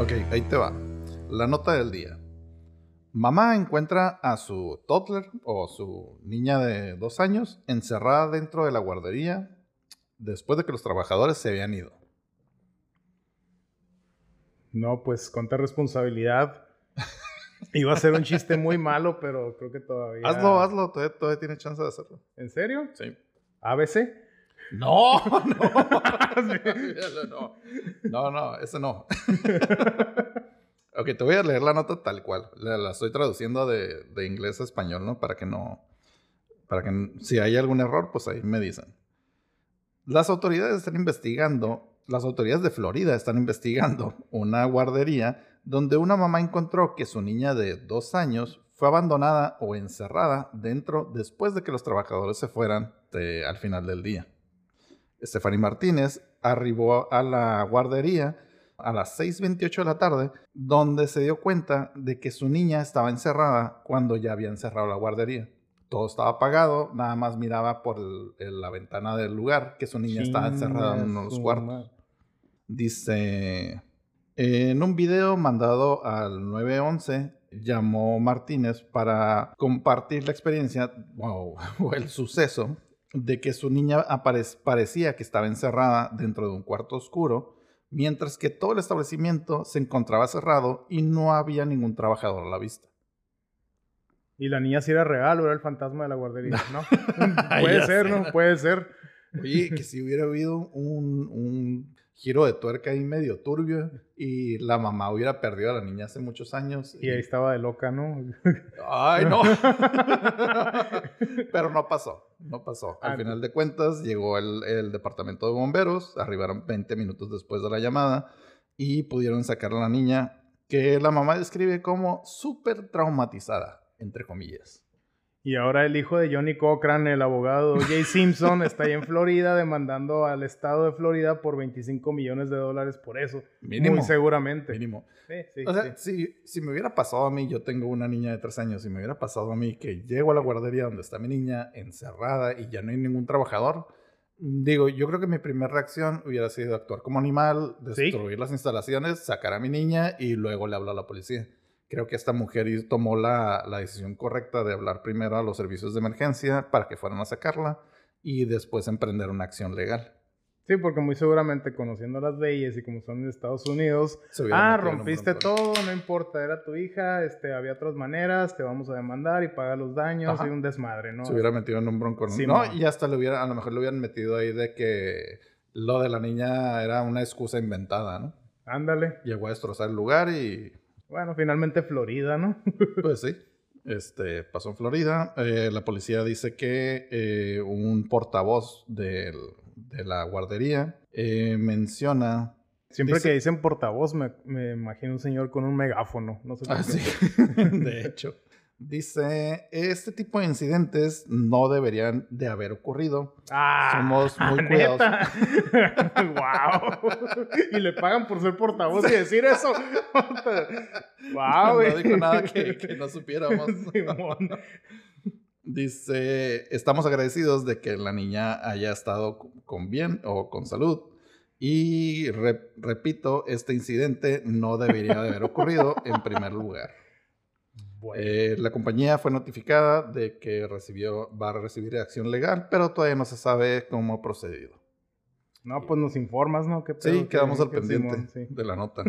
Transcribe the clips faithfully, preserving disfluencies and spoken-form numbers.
Ok, ahí te va. La nota del día. Mamá encuentra a su toddler o su niña de dos años encerrada dentro de la guardería después de que los trabajadores se habían ido. No, pues cuánta responsabilidad. Iba a ser un chiste muy malo, pero creo que todavía... Hazlo, hazlo, todavía, todavía tienes chance de hacerlo. ¿En serio? Sí. ¿A B C? No, no. no, no, no, ese no. Ok, te voy a leer la nota tal cual. La, la estoy traduciendo de, de inglés a español, ¿no? Para que no... Para que si hay algún error, pues ahí me dicen. Las autoridades están investigando... Las autoridades de Florida están investigando una guardería donde una mamá encontró que su niña de dos años fue abandonada o encerrada dentro después de que los trabajadores se fueran de, al final del día. Stephanie Martínez arribó a la guardería a las seis veintiocho de la tarde, donde se dio cuenta de que su niña estaba encerrada cuando ya habían cerrado la guardería. Todo estaba apagado, nada más miraba por el, el, la ventana del lugar que su niña estaba encerrada en uno de los cuartos. Dice, en un video mandado al nueve once, llamó Martínez para compartir la experiencia wow, o el suceso de que su niña apare- parecía que estaba encerrada dentro de un cuarto oscuro, mientras que todo el establecimiento se encontraba cerrado y no había ningún trabajador a la vista. ¿Y la niña si era real o era el fantasma de la guardería? No, puede ser, sé, ¿no? Puede ser. Oye, que si hubiera habido un, un giro de tuerca ahí medio turbio y la mamá hubiera perdido a la niña hace muchos años. Y, y ahí estaba de loca, ¿no? Ay, no. Pero no pasó, no pasó. Al ah, final de cuentas llegó el, el departamento de bomberos, arribaron veinte minutos después de la llamada y pudieron sacar a la niña, que la mamá describe como súper traumatizada, entre comillas. Y ahora el hijo de Johnny Cochran, el abogado Jay Simpson, está ahí en Florida demandando al estado de Florida por veinticinco millones de dólares por eso. Mínimo. Muy seguramente. Mínimo. Sí, sí, o sea, sí. si, si me hubiera pasado a mí, yo tengo una niña de tres años, si me hubiera pasado a mí que llego a la guardería donde está mi niña encerrada y ya no hay ningún trabajador, digo, yo creo que mi primera reacción hubiera sido actuar como animal, destruir ¿Sí? las instalaciones, sacar a mi niña y luego le hablo a la policía. Creo que esta mujer tomó la, la decisión correcta de hablar primero a los servicios de emergencia para que fueran a sacarla y después emprender una acción legal. Sí, porque muy seguramente conociendo las leyes y como son en Estados Unidos, ah, rompiste todo, no importa, era tu hija, este, había otras maneras, te vamos a demandar y pagar los daños. Ajá. Y un desmadre, ¿no? Se hubiera metido en un bronco. Sí, no, y hasta le hubiera, a lo mejor le hubieran metido ahí de que lo de la niña era una excusa inventada, ¿no? Ándale. Llegó a destrozar el lugar y... Bueno, finalmente Florida, ¿no? Pues sí, este, pasó en Florida. Eh, la policía dice que eh, un portavoz del, de la guardería eh, menciona... Siempre dice, que dicen portavoz me, me imagino un señor con un megáfono. No sé por ah, qué. Sí. De hecho. Dice, este tipo de incidentes no deberían de haber ocurrido. Ah, somos muy cuidadosos. ¡Wow! Y le pagan por ser portavoz y decir eso. ¡Wow! No dijo nada que, que no supiéramos. Dice, estamos agradecidos de que la niña haya estado con bien o con salud. Y re, repito, este incidente no debería de haber ocurrido en primer lugar. Bueno. Eh, la compañía fue notificada de que recibió, va a recibir acción legal, pero todavía no se sabe cómo ha procedido. No, pues nos informas, ¿no? ¿Qué pedo? Sí, quedamos ¿Qué, al qué pendiente Simón? Sí. de la nota.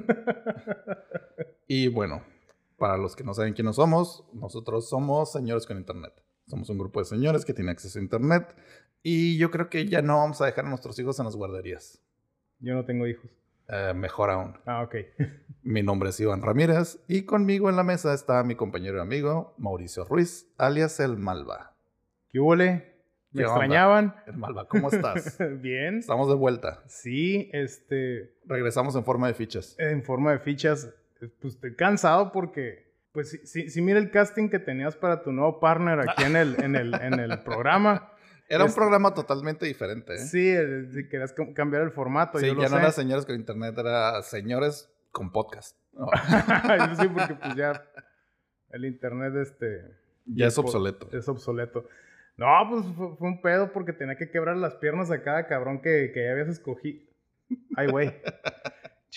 Y bueno, para los que no saben quiénes somos, nosotros somos Señores con Internet. Somos un grupo de señores que tiene acceso a Internet y yo creo que ya no vamos a dejar a nuestros hijos en las guarderías. Yo no tengo hijos. Eh, mejor aún. Ah, ok. Mi nombre es Iván Ramírez y conmigo en la mesa está mi compañero y amigo Mauricio Ruiz, alias El Malva. ¿Qué huele? ¿Me extrañaban? El Malva, ¿cómo estás? Bien. Estamos de vuelta. Sí, este... Regresamos en forma de fichas. En forma de fichas. Pues estoy cansado porque... Pues sí, sí, sí mira el casting que tenías para tu nuevo partner aquí en el, en el, en el programa. Era un este, programa totalmente diferente, ¿eh? Sí, el, si querías cambiar el formato. Sí, yo ya lo no sé. era Señores con Internet, era Señores con Podcast. Oh. Sí, porque pues ya el Internet este... Ya es obsoleto. Es obsoleto. No, pues fue, fue un pedo porque tenía que quebrar las piernas a cada cabrón que, que ya habías escogido. Ay, güey. Chin.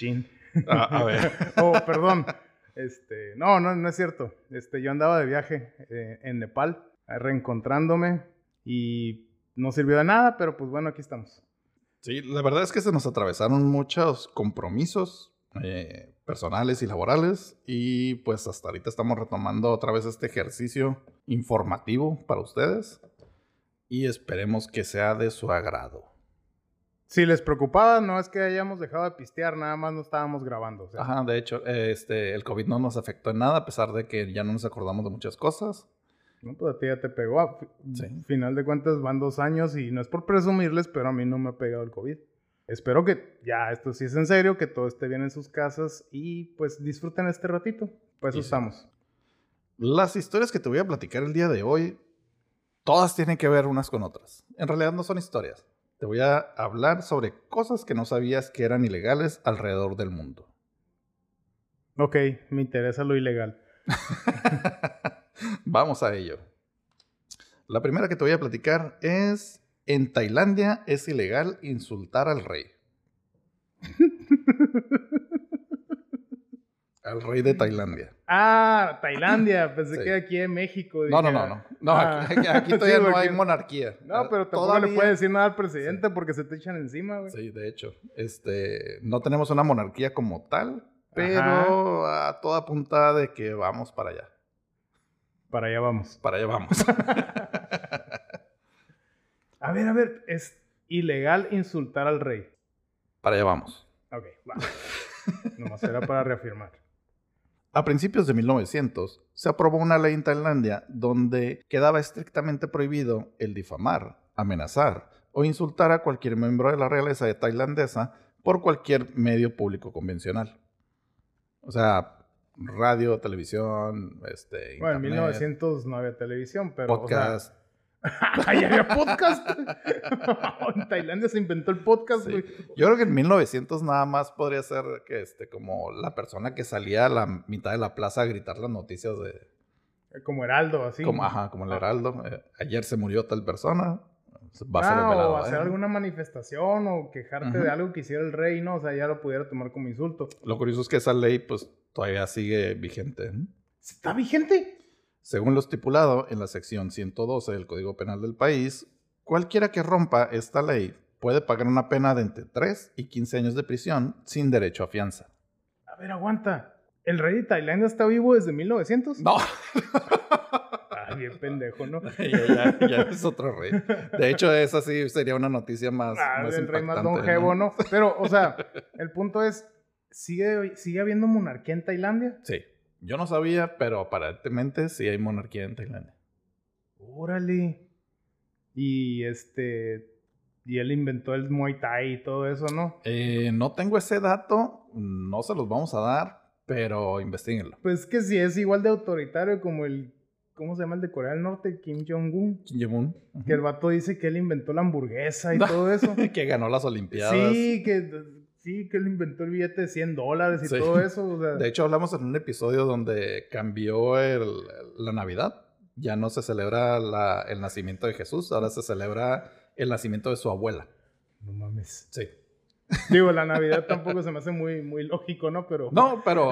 A, a ver. Oh, perdón. Este, no, no, no es cierto. Este, yo andaba de viaje eh, en Nepal, reencontrándome y no sirvió de nada, pero pues bueno, aquí estamos. Sí, la verdad es que se nos atravesaron muchos compromisos eh, personales y laborales y pues hasta ahorita estamos retomando otra vez este ejercicio informativo para ustedes y esperemos que sea de su agrado. Si les preocupaba, no es que hayamos dejado de pistear, nada más no estábamos grabando. O sea. Ajá, de hecho, este, el COVID no nos afectó en nada a pesar de que ya no nos acordamos de muchas cosas. No, pues a ti ya te pegó. A sí. Final de cuentas van dos años y no es por presumirles, pero a mí no me ha pegado el COVID. Espero que ya esto sí es en serio, que todo esté bien en sus casas y pues disfruten este ratito. Pues eso sí. Estamos. Las historias que te voy a platicar el día de hoy, todas tienen que ver unas con otras. En realidad no son historias. Te voy a hablar sobre cosas que no sabías que eran ilegales alrededor del mundo. Ok, me interesa lo ilegal. Vamos a ello. La primera que te voy a platicar es: en Tailandia es ilegal insultar al rey. Al rey de Tailandia. Ah, Tailandia. Pensé sí. que aquí en México. Dije, no, no, no. no. no ah. aquí, aquí todavía sí, no hay monarquía. No, pero tampoco todavía le puedes decir nada al presidente sí. porque se te echan encima, güey. Sí, de hecho. Este, no tenemos una monarquía como tal, pero Ajá. a toda punta de que vamos para allá. Para allá vamos. Para allá vamos. A ver, a ver. Es ilegal insultar al rey. Para allá vamos. Ok, va. Nomás era para reafirmar. A principios de mil novecientos se aprobó una ley en Tailandia donde quedaba estrictamente prohibido el difamar, amenazar o insultar a cualquier miembro de la realeza tailandesa por cualquier medio público convencional. O sea, radio, televisión, este, bueno, internet. En mil novecientos no había televisión, pero... Podcast. O sea, ¿ahí había podcast? En Tailandia se inventó el podcast, sí. güey. Yo creo que en mil novecientos nada más podría ser que este, como la persona que salía a la mitad de la plaza a gritar las noticias de... Como Heraldo, así. Como, ajá, como el Heraldo. Eh, ayer se murió tal persona. Va a ser ah, o hacer alguna manifestación o quejarte uh-huh. de algo que hiciera el rey, ¿no? O sea, ya lo pudiera tomar como insulto. Lo curioso es que esa ley, pues, todavía sigue vigente. ¿eh? ¿Está vigente? Según lo estipulado en la sección ciento doce del Código Penal del país, cualquiera que rompa esta ley puede pagar una pena de entre tres y quince años de prisión sin derecho a fianza. A ver, aguanta. ¿El rey de Tailandia está vivo desde mil novecientos? No. Ah, bien pendejo, ¿no? ya, ya, ya es otro rey. De hecho, esa sí sería una noticia más, ah, más el rey más longevo, ¿no? ¿no? Pero, o sea, el punto es, ¿sigue, ¿sigue habiendo monarquía en Tailandia? Sí. Yo no sabía, pero aparentemente sí hay monarquía en Tailandia. Órale. Y este... Y él inventó el Muay Thai y todo eso, ¿no? Eh, no tengo ese dato. No se los vamos a dar, pero investiguenlo. Pues que si es igual de autoritario como el... ¿Cómo se llama el de Corea del Norte? Kim Jong-un. Kim Jong-un. Uh-huh. Que el vato dice que él inventó la hamburguesa y todo eso. Que ganó las Olimpiadas. Sí, que... Sí, que él inventó el billete de cien dólares y sí. todo eso. O sea. De hecho, hablamos en un episodio donde cambió el, la Navidad. Ya no se celebra la, el nacimiento de Jesús, ahora se celebra el nacimiento de su abuela. No mames. Sí. Digo, la Navidad tampoco se me hace muy, muy lógico, ¿no? Pero... No, pero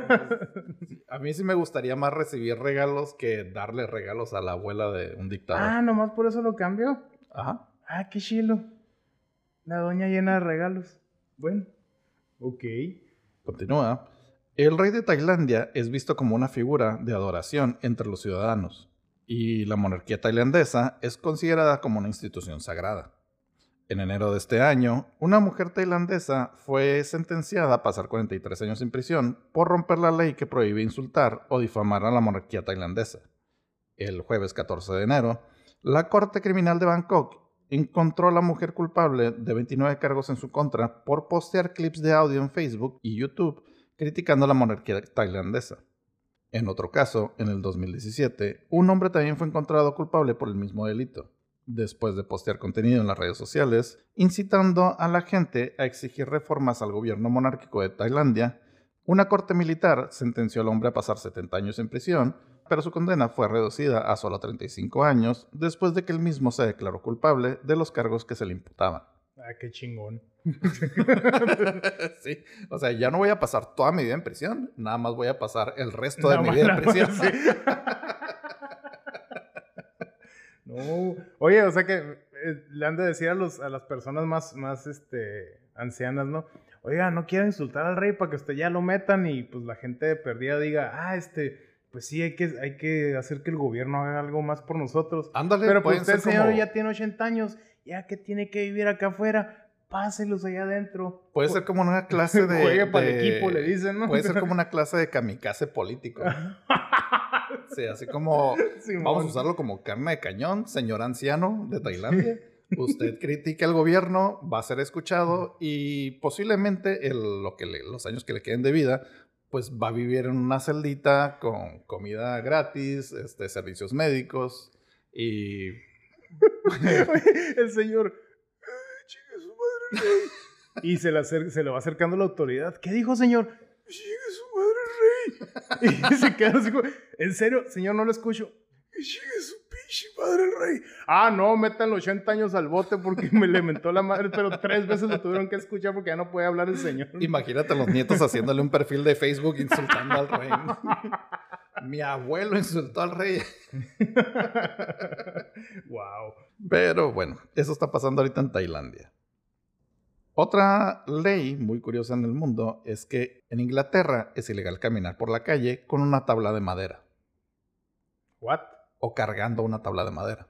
a mí sí me gustaría más recibir regalos que darle regalos a la abuela de un dictador. Ah, nomás por eso lo cambió. Ajá. Ah, qué chilo. La doña llena de regalos. Bueno, ok. Continúa. El rey de Tailandia es visto como una figura de adoración entre los ciudadanos y la monarquía tailandesa es considerada como una institución sagrada. En enero de este año, una mujer tailandesa fue sentenciada a pasar cuarenta y tres años en prisión por romper la ley que prohíbe insultar o difamar a la monarquía tailandesa. El jueves catorce de enero, la Corte Criminal de Bangkok encontró a la mujer culpable de veintinueve cargos en su contra por postear clips de audio en Facebook y YouTube criticando a la monarquía tailandesa. En otro caso, en el dos mil diecisiete, un hombre también fue encontrado culpable por el mismo delito, después de postear contenido en las redes sociales, incitando a la gente a exigir reformas al gobierno monárquico de Tailandia. Una corte militar sentenció al hombre a pasar setenta años en prisión, pero su condena fue reducida a solo treinta y cinco años después de que él mismo se declaró culpable de los cargos que se le imputaban. Ah, qué chingón. Sí, o sea, ya no voy a pasar toda mi vida en prisión, nada más voy a pasar el resto de no, mi vida en prisión. Sí. No, oye, o sea que eh, le han de decir a, los, a las personas más, más este, ancianas, ¿no? Oiga, no quiero insultar al rey para que usted ya lo metan y pues la gente perdida diga, ah, este, pues sí, hay que, hay que hacer que el gobierno haga algo más por nosotros. Ándale, pero pues usted, señor, como... ya tiene ochenta años, ya que tiene que vivir acá afuera, páselos allá adentro. Puede ser como una clase de... Juegue de... para el equipo, le dicen, ¿no? Puede ser como una clase de kamikaze político. Sí, así como sí, vamos a usarlo como carne de cañón, señor anciano de Tailandia. Usted critica al gobierno, va a ser escuchado y posiblemente el, lo que le, los años que le queden de vida, pues va a vivir en una celdita con comida gratis, este, servicios médicos y... El señor... Chingue su madre, rey. Y se le, acer- se le va acercando la autoridad. ¿Qué dijo, señor? Chingue su madre, rey. Y se queda así como... ¿En serio? Señor, no lo escucho. Chingue su pinche madre, rey. Ah, no, metan los ochenta años al bote porque me le mentó la madre, pero tres veces lo tuvieron que escuchar porque ya no puede hablar el señor. Imagínate a los nietos haciéndole un perfil de Facebook insultando al rey. Mi abuelo insultó al rey. Wow. Pero bueno, eso está pasando ahorita en Tailandia. Otra ley muy curiosa en el mundo es que en Inglaterra es ilegal caminar por la calle con una tabla de madera. ¿What? O cargando una tabla de madera.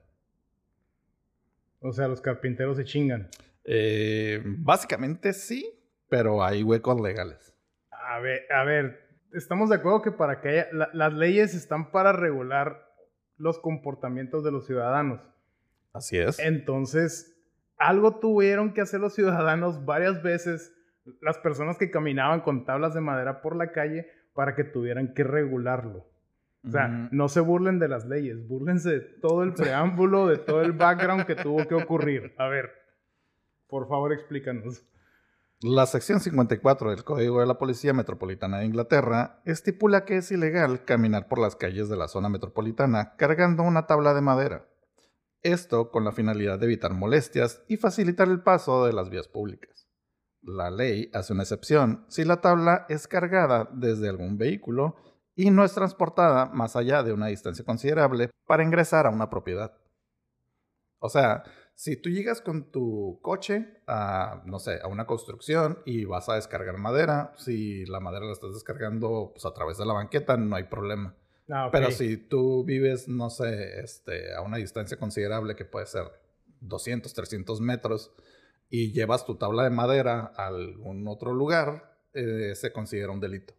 O sea, los carpinteros se chingan. Eh, básicamente sí, pero hay huecos legales. A ver, a ver, estamos de acuerdo que para que haya, la, las leyes están para regular los comportamientos de los ciudadanos. Así es. Entonces, algo tuvieron que hacer los ciudadanos varias veces, las personas que caminaban con tablas de madera por la calle, para que tuvieran que regularlo. O sea, mm. no se burlen de las leyes, búrlense de todo el preámbulo, de todo el background que tuvo que ocurrir. A ver, por favor, explícanos. La sección cincuenta y cuatro del Código de la Policía Metropolitana de Inglaterra estipula que es ilegal caminar por las calles de la zona metropolitana cargando una tabla de madera. Esto con la finalidad de evitar molestias y facilitar el paso de las vías públicas. La ley hace una excepción si la tabla es cargada desde algún vehículo y no es transportada más allá de una distancia considerable para ingresar a una propiedad. O sea, si tú llegas con tu coche a, no sé, a una construcción y vas a descargar madera, si la madera la estás descargando pues, a través de la banqueta, no hay problema. Ah, okay. Pero si tú vives, no sé, este, a una distancia considerable que puede ser doscientos, trescientos metros y llevas tu tabla de madera a algún otro lugar, eh, se considera un delito.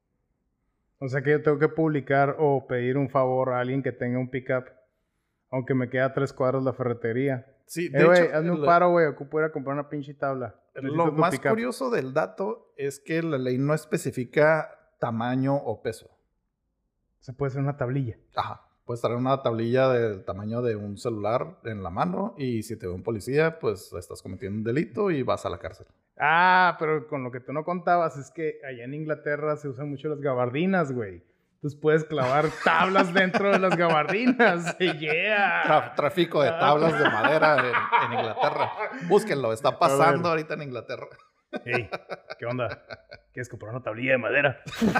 O sea que yo tengo que publicar o pedir un favor a alguien que tenga un pick-up, aunque me queda a tres cuadras la ferretería. Sí, de eh, wey, hecho... hazme un lo, paro, güey, ocupo ir a comprar una pinche tabla. Necesito lo más curioso del dato es que la ley no especifica tamaño o peso. O sea, puede ser una tablilla. Ajá. Puedes traer una tablilla del tamaño de un celular en la mano y si te ve un policía, pues estás cometiendo un delito y vas a la cárcel. Ah, pero con lo que tú no contabas es que allá en Inglaterra se usan mucho las gabardinas, güey. Entonces puedes clavar tablas dentro de las gabardinas. ¡Yeah! Tra- tráfico de tablas de madera en, en Inglaterra. Búsquenlo, está pasando ahorita en Inglaterra. Hey, ¿qué onda? ¿Quieres comprar una tablilla de madera?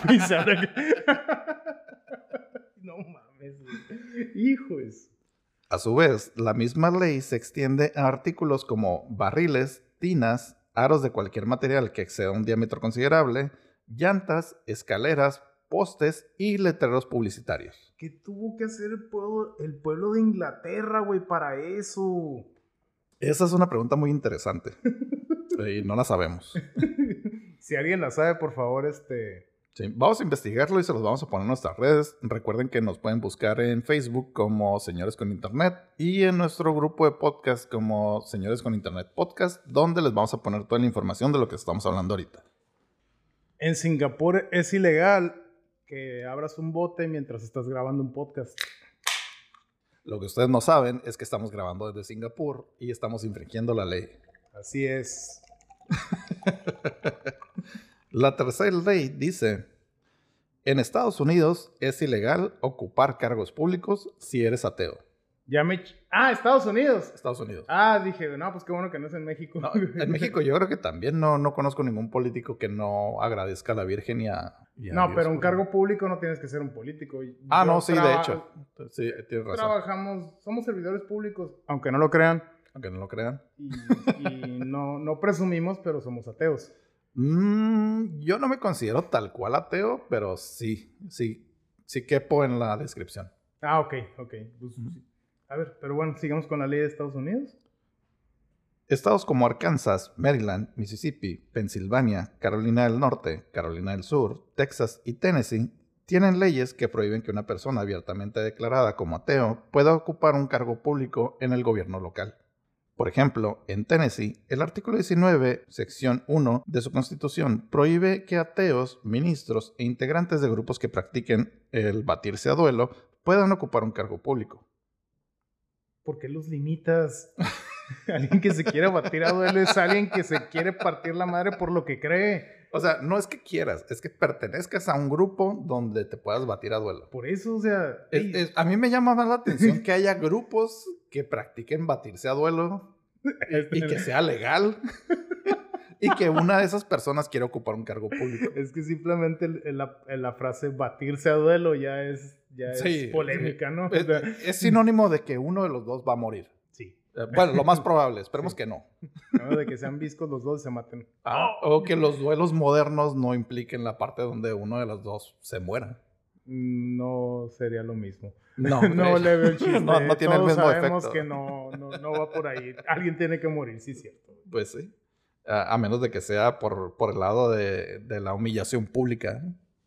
No mames, hijos. A su vez, la misma ley se extiende a artículos como barriles, tinas, aros de cualquier material que exceda un diámetro considerable, llantas, escaleras, postes y letreros publicitarios. ¿Qué tuvo que hacer el pueblo, el pueblo de Inglaterra, güey, para eso? Esa es una pregunta muy interesante. Y no la sabemos. Si alguien la sabe, por favor, este... Sí, vamos a investigarlo y se los vamos a poner en nuestras redes. Recuerden que nos pueden buscar en Facebook como Señores con Internet y en nuestro grupo de podcast como Señores con Internet Podcast, donde les vamos a poner toda la información de lo que estamos hablando ahorita. En Singapur es ilegal que abras un bote mientras estás grabando un podcast. Lo que ustedes no saben es que estamos grabando desde Singapur y estamos infringiendo la ley. Así es. La tercera ley dice, en Estados Unidos es ilegal ocupar cargos públicos si eres ateo. Ya me... Ah, Estados Unidos. Estados Unidos. Ah, dije, no, pues qué bueno que no es en México. No, en México yo creo que también no, no conozco ningún político que no agradezca a la Virgen y a, y a No, Dios, pero un por... cargo público no tienes que ser un político. Ah, Yo no, sí, traba... de hecho. Sí, tienes razón. Trabajamos, somos servidores públicos, aunque no lo crean. Aunque no lo crean. Y, y no, no presumimos, pero somos ateos. Mm, yo no me considero tal cual ateo, pero sí, sí, sí quepo en la descripción. Ah, ok, ok. Pues, uh-huh. sí. A ver, pero bueno, sigamos con la ley de Estados Unidos. Estados como Arkansas, Maryland, Mississippi, Pensilvania, Carolina del Norte, Carolina del Sur, Texas y Tennessee tienen leyes que prohíben que una persona abiertamente declarada como ateo pueda ocupar un cargo público en el gobierno local. Por ejemplo, en Tennessee, el artículo diecinueve, sección uno de su constitución prohíbe que ateos, ministros e integrantes de grupos que practiquen el batirse a duelo puedan ocupar un cargo público. ¿Por qué los limitas? Alguien que se quiere batir a duelo es alguien que se quiere partir la madre por lo que cree. O sea, no es que quieras, es que pertenezcas a un grupo donde te puedas batir a duelo. Por eso, o sea... Es, es, a mí me llama más la atención que haya grupos que practiquen batirse a duelo y, y que sea legal. Y que una de esas personas quiera ocupar un cargo público. Es que simplemente la, la frase batirse a duelo ya es, ya sí, es polémica, sí. ¿no? Es, o sea, es sinónimo de que uno de los dos va a morir. Sí. Bueno, lo más probable, esperemos sí. que no. No, de que sean viscos los dos y se maten. Ah, o que los duelos modernos no impliquen la parte donde uno de los dos se muera. No sería lo mismo. No, no le veo el chiste. No, no tiene Todos el mismo sabemos efecto. que no, no, no va por ahí. Alguien tiene que morir, sí, cierto. Pues sí. A, a menos de que sea por, por el lado de, de la humillación pública.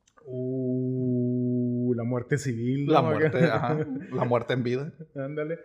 Uh, la muerte civil. La ¿no? muerte, ajá, la muerte en vida. Ándale.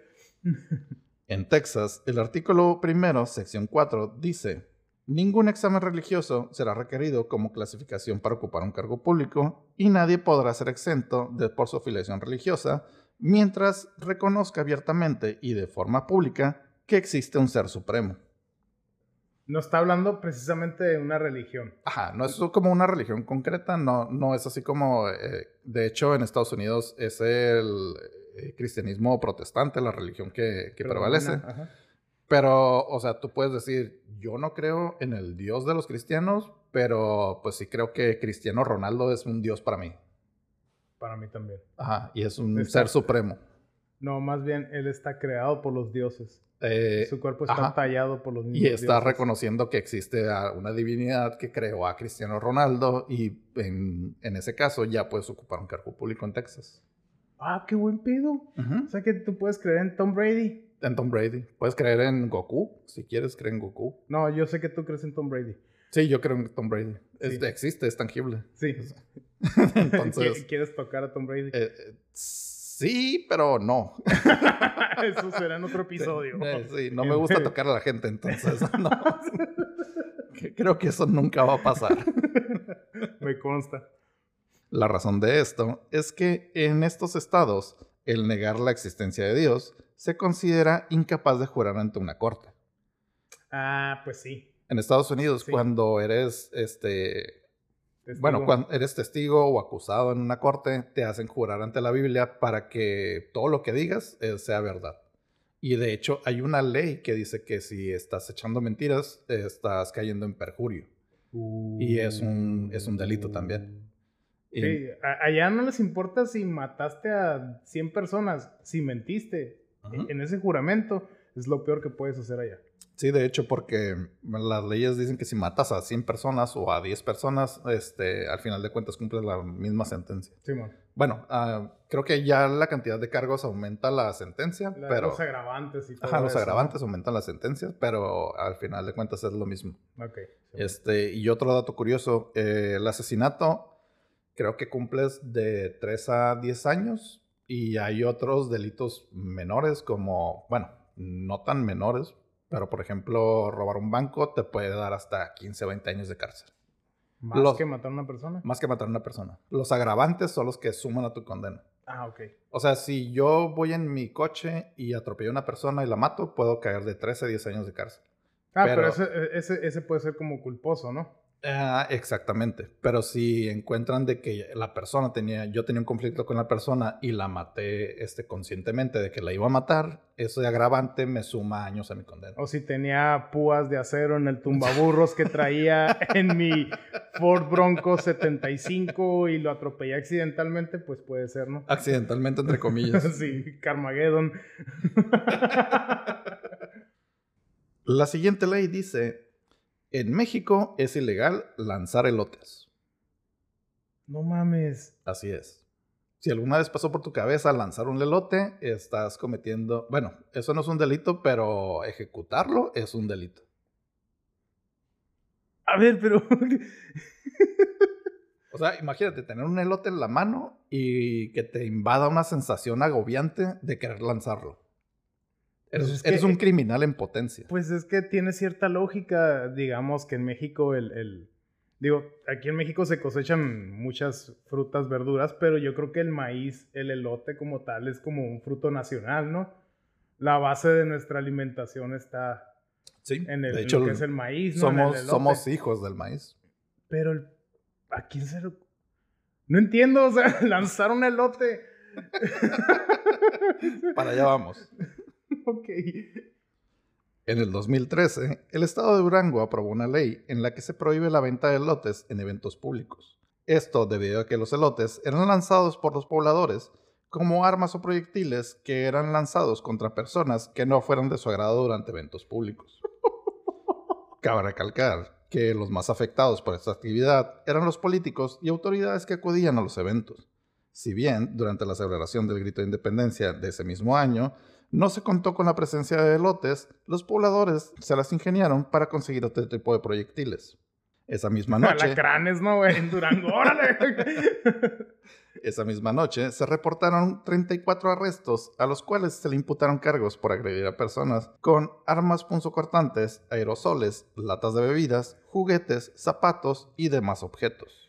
En Texas, el artículo primero, sección cuatro, dice: ningún examen religioso será requerido como clasificación para ocupar un cargo público y nadie podrá ser exento de, por su afiliación religiosa mientras reconozca abiertamente y de forma pública que existe un ser supremo. No está hablando precisamente de una religión. Ajá, no es como una religión concreta, no, no es así como... Eh, de hecho, en Estados Unidos es el eh, cristianismo protestante, la religión que, que prevalece. Ajá. Pero, o sea, tú puedes decir, yo no creo en el Dios de los cristianos, pero pues sí creo que Cristiano Ronaldo es un Dios para mí. Para mí también. Ajá, y es un está, ser supremo. No, más bien, él está creado por los dioses. Eh, Su cuerpo está ajá. tallado por los mismos y está dioses. reconociendo que existe una divinidad que creó a Cristiano Ronaldo y en, en ese caso ya puedes ocupar un cargo público en Texas. Ah, qué buen pedo. Uh-huh. O sea que tú puedes creer en Tom Brady. En Tom Brady. Puedes creer en Goku, si quieres creer en Goku. No, yo sé que tú crees en Tom Brady. Sí, yo creo en Tom Brady. Sí. Es, existe, es tangible. Sí. Entonces, ¿Quieres tocar a Tom Brady? Eh, eh, sí, pero no. Eso será en otro episodio. Sí, eh, sí, no me gusta tocar a la gente, entonces no. Creo que eso nunca va a pasar. Me consta. La razón de esto es que en estos estados, el negar la existencia de Dios se considera incapaz de jurar ante una corte. Ah, pues sí. En Estados Unidos, sí. cuando eres, este, testigo. bueno, cuando eres testigo o acusado en una corte, te hacen jurar ante la Biblia para que todo lo que digas eh, sea verdad. Y de hecho, hay una ley que dice que si estás echando mentiras, eh, estás cayendo en perjurio. Uh, y es un, es un delito también. Sí, y, a, allá no les importa si mataste a cien personas, si mentiste. Uh-huh. En ese juramento es lo peor que puedes hacer allá. Sí, de hecho, porque las leyes dicen que si matas a cien personas o a diez personas, este, al final de cuentas cumples la misma sentencia. Sí, man. Bueno, uh, creo que ya la cantidad de cargos aumenta la sentencia, la, pero... Los agravantes y todo Ajá, los eso, agravantes ¿no? aumentan las sentencias, pero al final de cuentas es lo mismo. Ok. Sí, este, y otro dato curioso, eh, el asesinato creo que cumples de tres a diez años y hay otros delitos menores como, bueno, no tan menores, pero por ejemplo, robar un banco te puede dar hasta quince o veinte años de cárcel. ¿Más los, que matar a una persona? Más que matar a una persona. Los agravantes son los que suman a tu condena. Ah, ok. O sea, si yo voy en mi coche y atropello a una persona y la mato, puedo caer de trece a diez años de cárcel. Ah, pero, pero ese, ese, ese puede ser como culposo, ¿no? Uh, exactamente. Pero si encuentran de que la persona tenía, yo tenía un conflicto con la persona y la maté este, conscientemente de que la iba a matar, ese agravante me suma años a mi condena. O si tenía púas de acero en el tumbaburros que traía en mi Ford Bronco setenta y cinco y lo atropellé accidentalmente, pues puede ser, ¿no? Accidentalmente, entre comillas. Sí, Carmageddon. La siguiente ley dice: en México es ilegal lanzar elotes. No mames. Así es. Si alguna vez pasó por tu cabeza lanzar un elote, estás cometiendo... Bueno, eso no es un delito, pero ejecutarlo es un delito. A ver, pero... O sea, imagínate tener un elote en la mano y que te invada una sensación agobiante de querer lanzarlo. Eres, pues es eres que, un criminal en potencia. Pues es que tiene cierta lógica, digamos que en México el, el... Digo, aquí en México se cosechan muchas frutas, verduras, pero yo creo que el maíz, el elote como tal, es como un fruto nacional, ¿no? La base de nuestra alimentación está sí, en, el, de hecho, en lo que es el maíz, ¿no? Somos, en el somos hijos del maíz. Pero, el, ¿a quién se lo...? No entiendo, o sea, lanzar un elote... Para allá vamos. Ok. En el dos mil trece, el estado de Durango aprobó una ley en la que se prohíbe la venta de elotes en eventos públicos. Esto debido a que los elotes eran lanzados por los pobladores como armas o proyectiles que eran lanzados contra personas que no fueran de su agrado durante eventos públicos. Cabe recalcar que los más afectados por esta actividad eran los políticos y autoridades que acudían a los eventos. Si bien, durante la celebración del Grito de Independencia de ese mismo año, no se contó con la presencia de elotes, los pobladores se las ingeniaron para conseguir otro tipo de proyectiles. Esa misma noche... Alacranes, ¿no, güey? En Durango, ¡órale! Esa misma noche se reportaron treinta y cuatro arrestos, a los cuales se le imputaron cargos por agredir a personas con armas punzocortantes, aerosoles, latas de bebidas, juguetes, zapatos y demás objetos.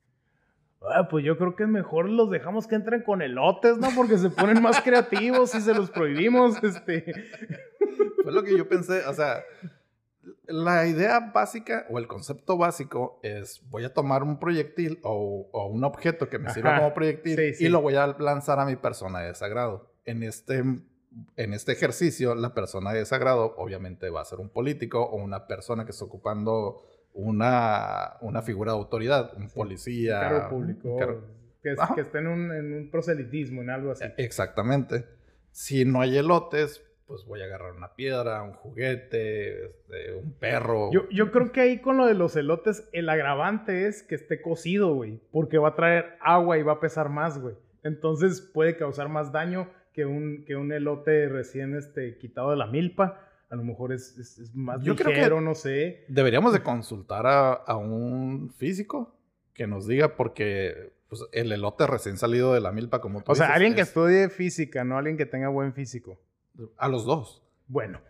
Ah, pues yo creo que mejor los dejamos que entren con elotes, ¿no? Porque se ponen más creativos y se los prohibimos, este... Fue lo que yo pensé, o sea, la idea básica o el concepto básico es voy a tomar un proyectil o, o un objeto que me sirva Ajá, como proyectil sí, sí. y lo voy a lanzar a mi persona de desagrado. En este, en este ejercicio, la persona de desagrado obviamente va a ser un político o una persona que está ocupando... Una, una figura de autoridad, un policía. Un cargo público. Un cargo... Que, es, que esté en un, en un proselitismo, en algo así. Exactamente. Si no hay elotes, pues voy a agarrar una piedra, un juguete, este, un perro. Yo, yo creo que ahí con lo de los elotes, el agravante es que esté cocido, güey. Porque va a traer agua y va a pesar más, güey. Entonces puede causar más daño que un, que un elote recién este, quitado de la milpa. A lo mejor es, es, es más Yo ligero, creo que no sé. Deberíamos de consultar a, a un físico que nos diga, porque pues, el elote recién salido de la milpa, como tú O sea, dices, alguien es... que estudie física, no alguien que tenga buen físico. A los dos. Bueno.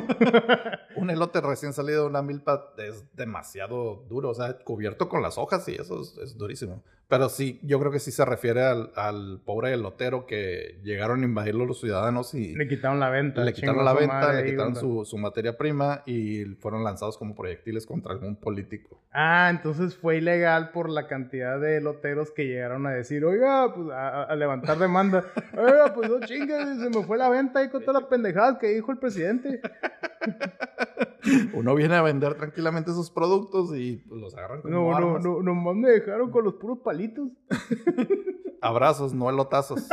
Un elote recién salido de una milpa es demasiado duro. O sea, cubierto con las hojas y eso es, es durísimo. Pero sí, yo creo que sí se refiere al, al pobre elotero que llegaron a invadirlo los ciudadanos y... Le quitaron la venta. Le quitaron la venta, le quitaron su, su materia prima y fueron lanzados como proyectiles contra algún político. Ah, entonces fue ilegal por la cantidad de eloteros que llegaron a decir, oiga, pues a, a levantar demanda. Oiga, pues no chingues, se me fue la venta ahí con todas las pendejadas que dijo el presidente. Uno viene a vender tranquilamente sus productos y pues, los agarran como no, armas. No, no, nomás me dejaron con los puros palitos. Abrazos, no elotazos.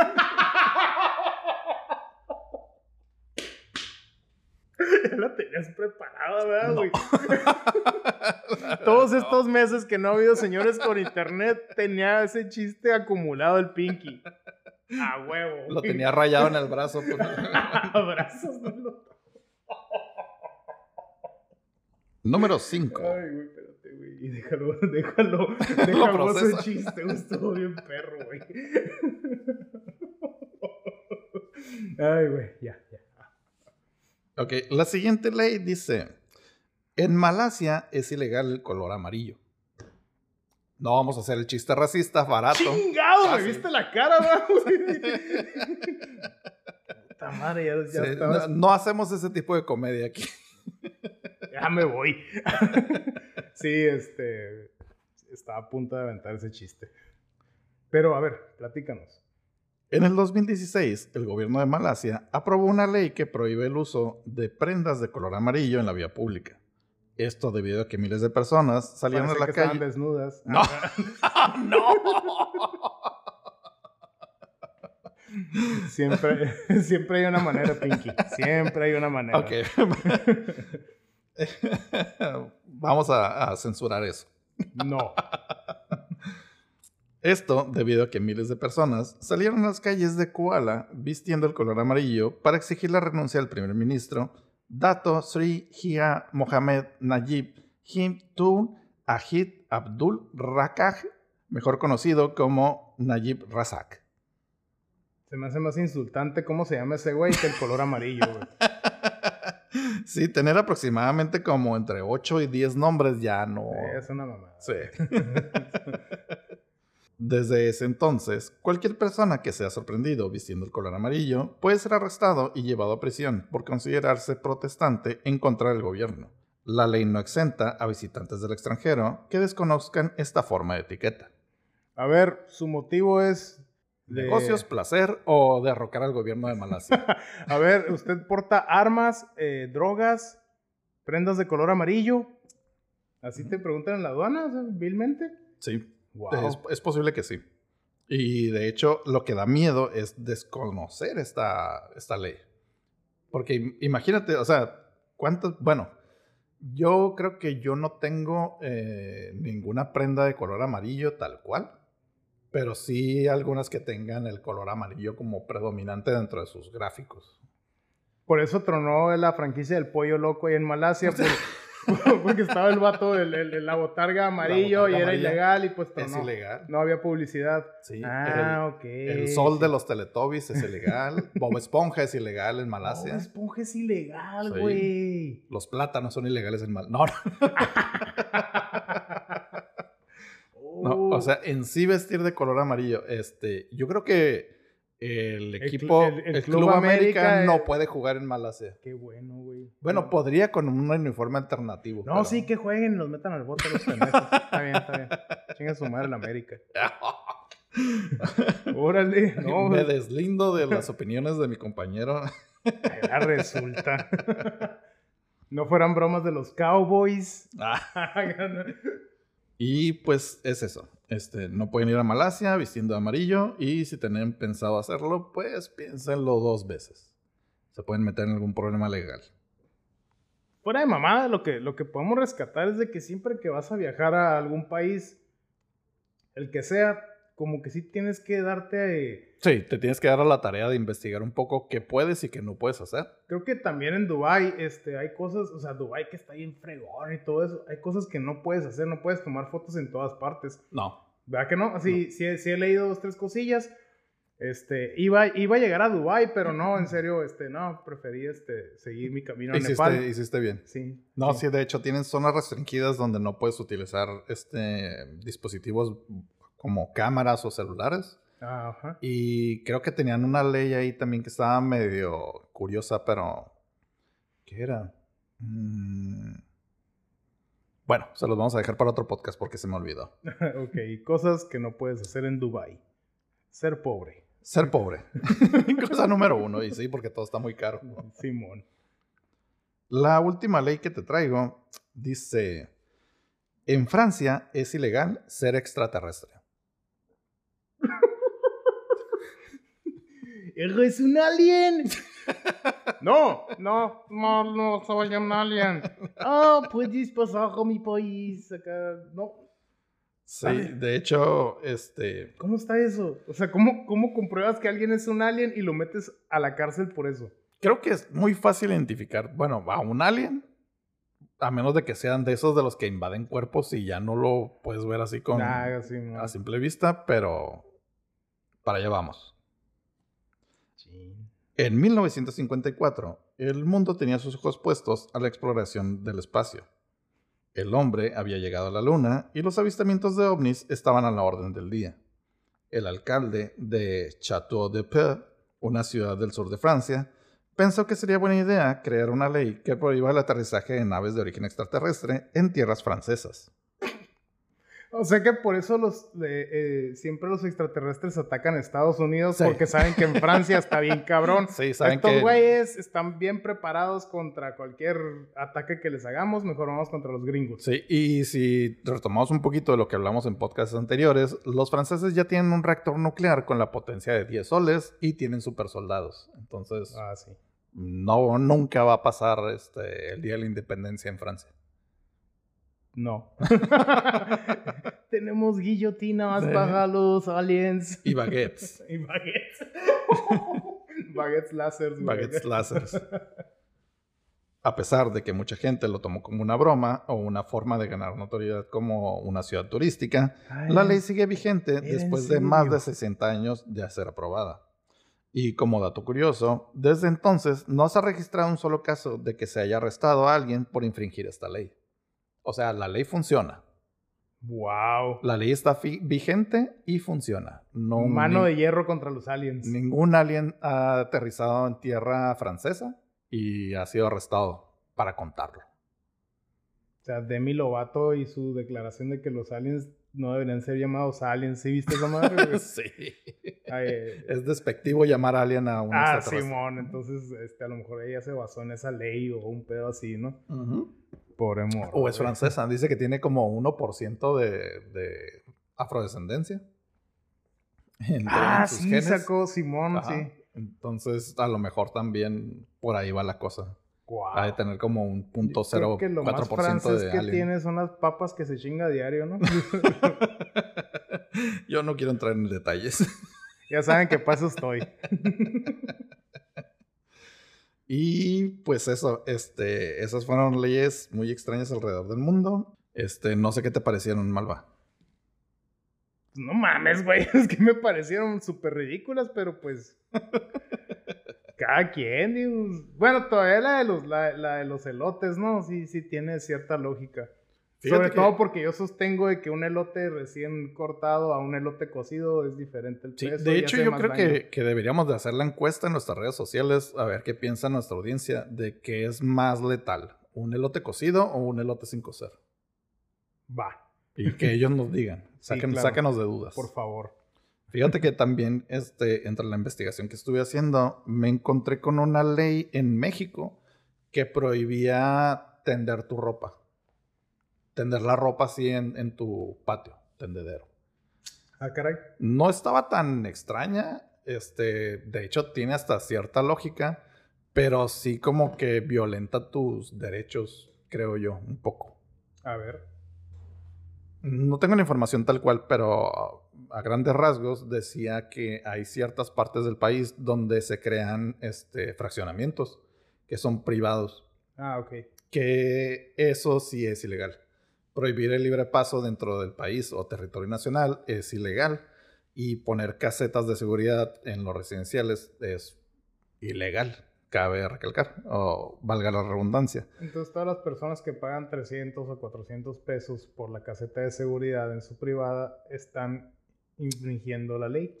Ya la tenías preparada, ¿verdad, güey? No. Todos estos meses que no ha habido señores con internet, tenía ese chiste acumulado el Pinky. A huevo. Lo tenía rayado en el brazo. Pues. Abrazos, no lo... Número cinco. Ay, güey, espérate, güey. Y déjalo, déjalo, déjalo ese chiste, güey. Estuvo bien perro, güey. Ay, güey, ya, ya. Ok, la siguiente ley dice: en Malasia es ilegal el color amarillo. No vamos a hacer el chiste racista, barato. ¡Chingado! ¿Me viste la cara, güey? Puta madre, ya, ya sí, no, no hacemos ese tipo de comedia aquí. Ya me voy. Sí, este... Estaba a punto de aventar ese chiste. Pero, a ver, platícanos. En el dos mil dieciséis, el gobierno de Malasia aprobó una ley que prohíbe el uso de prendas de color amarillo en la vía pública. Esto debido a que miles de personas salieron Parece a la que calle... estaban desnudas. ¡No! ¡No! Siempre, siempre hay una manera, Pinky. Siempre hay una manera. Ok. Vamos a, a censurar eso. No. Esto debido a que miles de personas salieron a las calles de Kuala vistiendo el color amarillo para exigir la renuncia del primer ministro Dato Sri Hia Mohamed Najib Him-Tun Ajit Abdul Rakaj, mejor conocido como Najib Razak. Se me hace más insultante cómo se llama ese güey que el color amarillo, güey. Sí, tener aproximadamente como entre ocho y diez nombres ya no... Es una mamada. Sí. Desde ese entonces, cualquier persona que sea sorprendido vistiendo el color amarillo puede ser arrestado y llevado a prisión por considerarse protestante en contra del gobierno. La ley no exenta a visitantes del extranjero que desconozcan esta forma de etiqueta. A ver, su motivo es... De... negocios, placer o derrocar al gobierno de Malasia. A ver, ¿usted porta armas, eh, drogas, prendas de color amarillo? ¿Así te preguntan en la aduana, o sea, vilmente? Sí. Wow. Es, es posible que sí. Y de hecho, lo que da miedo es desconocer esta, esta ley. Porque imagínate, o sea, ¿cuántas? Bueno, yo creo que yo no tengo eh, ninguna prenda de color amarillo tal cual. Pero sí algunas que tengan el color amarillo como predominante dentro de sus gráficos. Por eso tronó la franquicia del Pollo Loco ahí en Malasia. Por, porque estaba el vato, el, el, la botarga amarillo la botarga y era amarilla. Ilegal y pues tronó. Es ilegal. No había publicidad. Sí. Ah, el, ok. El sol de los Teletubbies es ilegal. Bob Esponja es ilegal en Malasia. Bob Esponja es ilegal, güey. Sí. Los plátanos son ilegales en Malasia. No, no. No, o sea, en sí vestir de color amarillo, este, yo creo que el equipo, el, el, el, el Club, Club América, América no puede jugar en Malasia. Qué bueno, güey. Bueno, no. podría con un uniforme alternativo. No, pero... sí, que jueguen y los metan al bote los pendejos. Está bien, está bien. Chinga su madre la América. Órale. No, me deslindo de las opiniones de mi compañero. Ya resulta. No fueran bromas de los Cowboys. Y pues es eso. Este, no pueden ir a Malasia vistiendo de amarillo. Y si tienen pensado hacerlo, pues piénsenlo dos veces. Se pueden meter en algún problema legal. Fuera de mamada, lo que, lo que podemos rescatar es de que siempre que vas a viajar a algún país, el que sea, como que sí tienes que darte... Eh, sí, te tienes que dar a la tarea de investigar un poco qué puedes y qué no puedes hacer. Creo que también en Dubái este, hay cosas, o sea, Dubái que está bien fregón y todo eso, hay cosas que no puedes hacer, no puedes tomar fotos en todas partes. No. ¿Verdad que no? Así, no. Sí, sí he leído dos, tres cosillas. Este, iba, iba a llegar a Dubái, pero no, en serio, este, no, preferí este, seguir mi camino a hiciste, Nepal. Hiciste bien. Sí. No, sí. sí, de hecho, tienen zonas restringidas donde no puedes utilizar este, dispositivos como cámaras o celulares. Ajá. Y creo que tenían una ley ahí también que estaba medio curiosa, pero... ¿Qué era? Mm... Bueno, se los vamos a dejar para otro podcast porque se me olvidó. Ok, cosas que no puedes hacer en Dubái. Ser pobre. Ser pobre. Cosa número uno, y sí, porque todo está muy caro. Simón. La última ley que te traigo dice... En Francia es ilegal ser extraterrestre. ¿Eres un alien? No, no, no, no soy un alien. Ah, oh, puedes pasar a mi país acá. No. Sí, vale. De hecho, este... ¿Cómo está eso? O sea, ¿cómo, ¿cómo compruebas que alguien es un alien y lo metes a la cárcel por eso? Creo que es muy fácil identificar, bueno, a un alien, a menos de que sean de esos de los que invaden cuerpos y ya no lo puedes ver así con ah, sí, no. a simple vista, pero para allá vamos. Sí. En mil novecientos cincuenta y cuatro, el mundo tenía sus ojos puestos a la exploración del espacio. El hombre había llegado a la luna y los avistamientos de ovnis estaban a la orden del día. El alcalde de Château de Peu, una ciudad del sur de Francia, pensó que sería buena idea crear una ley que prohíba el aterrizaje de naves de origen extraterrestre en tierras francesas. O sea que por eso los eh, eh, siempre los extraterrestres atacan a Estados Unidos, sí. Porque saben que en Francia está bien cabrón. Sí, saben Estos que... güeyes están bien preparados contra cualquier ataque que les hagamos, mejor vamos contra los gringos. Sí, y si retomamos un poquito de lo que hablamos en podcasts anteriores, los franceses ya tienen un reactor nuclear con la potencia de diez soles y tienen supersoldados. Entonces, ah, sí. no, nunca va a pasar este, el Día de la Independencia en Francia. No. Tenemos guillotina más sí. Para los aliens. Y baguettes. y baguettes. baguettes láseres. Baguettes láseres. A pesar de que mucha gente lo tomó como una broma o una forma de ganar notoriedad como una ciudad turística, Ay, la ley sigue vigente después de más de sesenta años de ser aprobada. Y como dato curioso, desde entonces no se ha registrado un solo caso de que se haya arrestado a alguien por infringir esta ley. O sea, la ley funciona. Wow. La ley está vigente y funciona. No, Mano de hierro contra los aliens. Ningún alien ha aterrizado en tierra francesa y ha sido arrestado para contarlo. O sea, Demi Lovato y su declaración de que los aliens no deberían ser llamados aliens. ¿Sí viste esa madre? Sí. Ay, eh, es despectivo llamar alien a un Ah, extraterrestre. Simón. Entonces, este, a lo mejor ella se basó en esa ley o un pedo así, ¿no? Uh-huh. Pobre morro. O es francesa. Dice que tiene como uno por ciento de, de afrodescendencia. Entre ah, sus sí, genes. Sacó Simón, Ajá. sí. Entonces, a lo mejor también por ahí va la cosa. Wow. Ha de tener como un punto cero cuatro por ciento de que alien. Tiene son las papas que se chinga a diario, ¿no? Yo no quiero entrar en detalles. Ya saben que paso estoy. Y pues eso, este, esas fueron leyes muy extrañas alrededor del mundo. Este, no sé qué te parecieron, Malva. No mames, güey, es que me parecieron súper ridículas, pero pues... cada quien, digo. Bueno, todavía la de los, la, la de los elotes, ¿no? Sí, sí tiene cierta lógica. Fíjate Sobre que... todo porque yo sostengo de que un elote recién cortado a un elote cocido es diferente el peso. Sí, de hecho, yo creo que, que deberíamos de hacer la encuesta en nuestras redes sociales a ver qué piensa nuestra audiencia de qué es más letal, un elote cocido o un elote sin cocer. Va. Y que ellos nos digan. Saquen, sí, claro. Sáquenos de dudas. Por favor. Fíjate que también, este, entre la investigación que estuve haciendo, me encontré con una ley en México que prohibía tender tu ropa. Tender la ropa así en, en tu patio, tendedero. Ah, caray. No estaba tan extraña. Este, de hecho, tiene hasta cierta lógica, pero sí como que violenta tus derechos, creo yo, un poco. A ver. No tengo la información tal cual, pero a grandes rasgos decía que hay ciertas partes del país donde se crean este, fraccionamientos que son privados. Ah, ok. Que eso sí es ilegal. Prohibir el libre paso dentro del país o territorio nacional es ilegal. Y poner casetas de seguridad en los residenciales es ilegal. Cabe recalcar, o valga la redundancia. Entonces, todas las personas que pagan trescientos o cuatrocientos pesos por la caseta de seguridad en su privada están infringiendo la ley.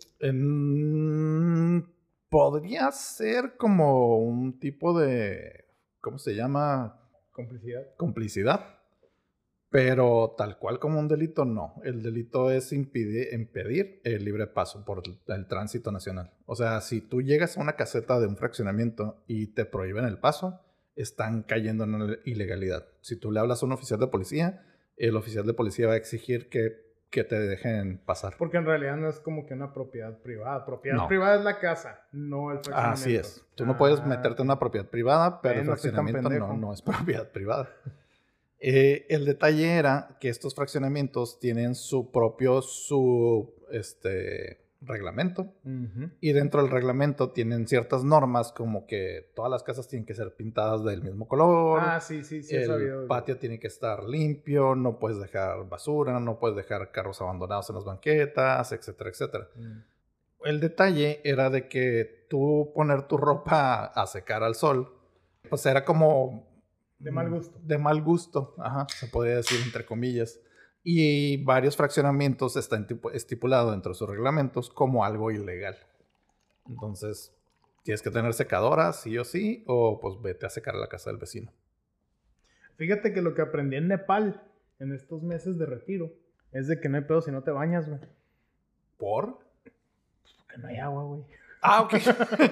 En... Podría ser como un tipo de... ¿Cómo se llama? Complicidad. Complicidad. Pero tal cual como un delito, no. El delito es impedir, impedir el libre paso por el, el tránsito nacional. O sea, si tú llegas a una caseta de un fraccionamiento y te prohíben el paso, están cayendo en la ilegalidad. Si tú le hablas a un oficial de policía, el oficial de policía va a exigir que, que te dejen pasar. Porque en realidad no es como que una propiedad privada. Propiedad no. privada es la casa, no el fraccionamiento. Así es. Tú no ah, puedes meterte en una propiedad privada, pero eh, el fraccionamiento no, no es propiedad privada. Eh, el detalle era que estos fraccionamientos tienen su propio su, este, reglamento. Uh-huh. Y dentro del reglamento tienen ciertas normas como que todas las casas tienen que ser pintadas del mismo color. Ah, sí, sí, sí. El sabido. patio tiene que estar limpio, no puedes dejar basura, no puedes dejar carros abandonados en las banquetas, etcétera, etcétera. Uh-huh. El detalle era de que tú poner tu ropa a secar al sol, pues era como... De mal gusto. De mal gusto, ajá, se podría decir entre comillas. Y varios fraccionamientos están estipulados dentro de sus reglamentos como algo ilegal. Entonces, Tienes que tener secadora, sí o sí, o pues vete a secar a la casa del vecino. Fíjate que lo que aprendí en Nepal en estos meses de retiro es de que no hay pedo si no te bañas, güey. ¿Por? Pues porque no hay agua, güey. Ah, ok.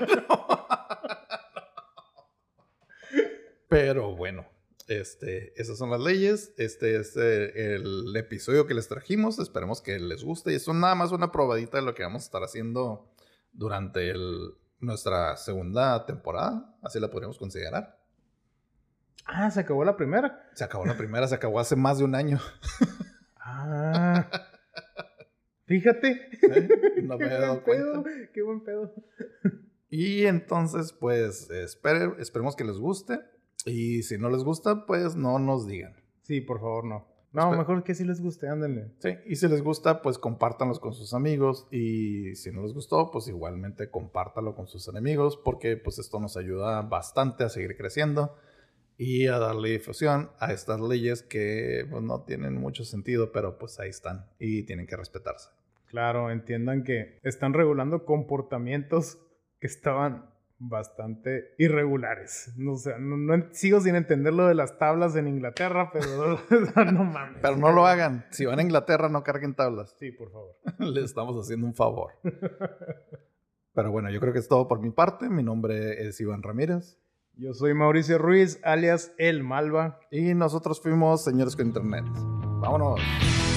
Pero bueno, este, esas son las leyes. Este es eh, el episodio que les trajimos. Esperemos que les guste. Y eso es nada más una probadita de lo que vamos a estar haciendo durante el, nuestra segunda temporada. Así la podríamos considerar. Ah, ¿se acabó la primera? Se acabó la primera, se acabó hace más de un año. Ah. Fíjate. ¿Sí? No me había dado pedo, cuenta. Qué buen pedo. Y entonces, pues, espere, esperemos que les guste. Y si no les gusta, pues no nos digan. Sí, por favor, no. No, Espe- mejor que sí les guste, ándenle. Sí, y si les gusta, pues compártanlos con sus amigos. Y si no les gustó, pues igualmente compártanlo con sus enemigos. Porque pues esto nos ayuda bastante a seguir creciendo. Y a darle difusión a estas leyes que pues, no tienen mucho sentido, pero pues ahí están. Y tienen que respetarse. Claro, entiendan que están regulando comportamientos que estaban bastante irregulares. No, o sea, no, no sigo sin entender lo de las tablas en Inglaterra, pero no mames. Pero no lo hagan. Si van a Inglaterra, no carguen tablas. Sí, por favor. Les estamos haciendo un favor. Pero bueno, yo creo que es todo por mi parte. Mi nombre es Iván Ramírez. Yo soy Mauricio Ruiz, alias El Malva. Y nosotros fuimos Señores con Internet. ¡Vámonos!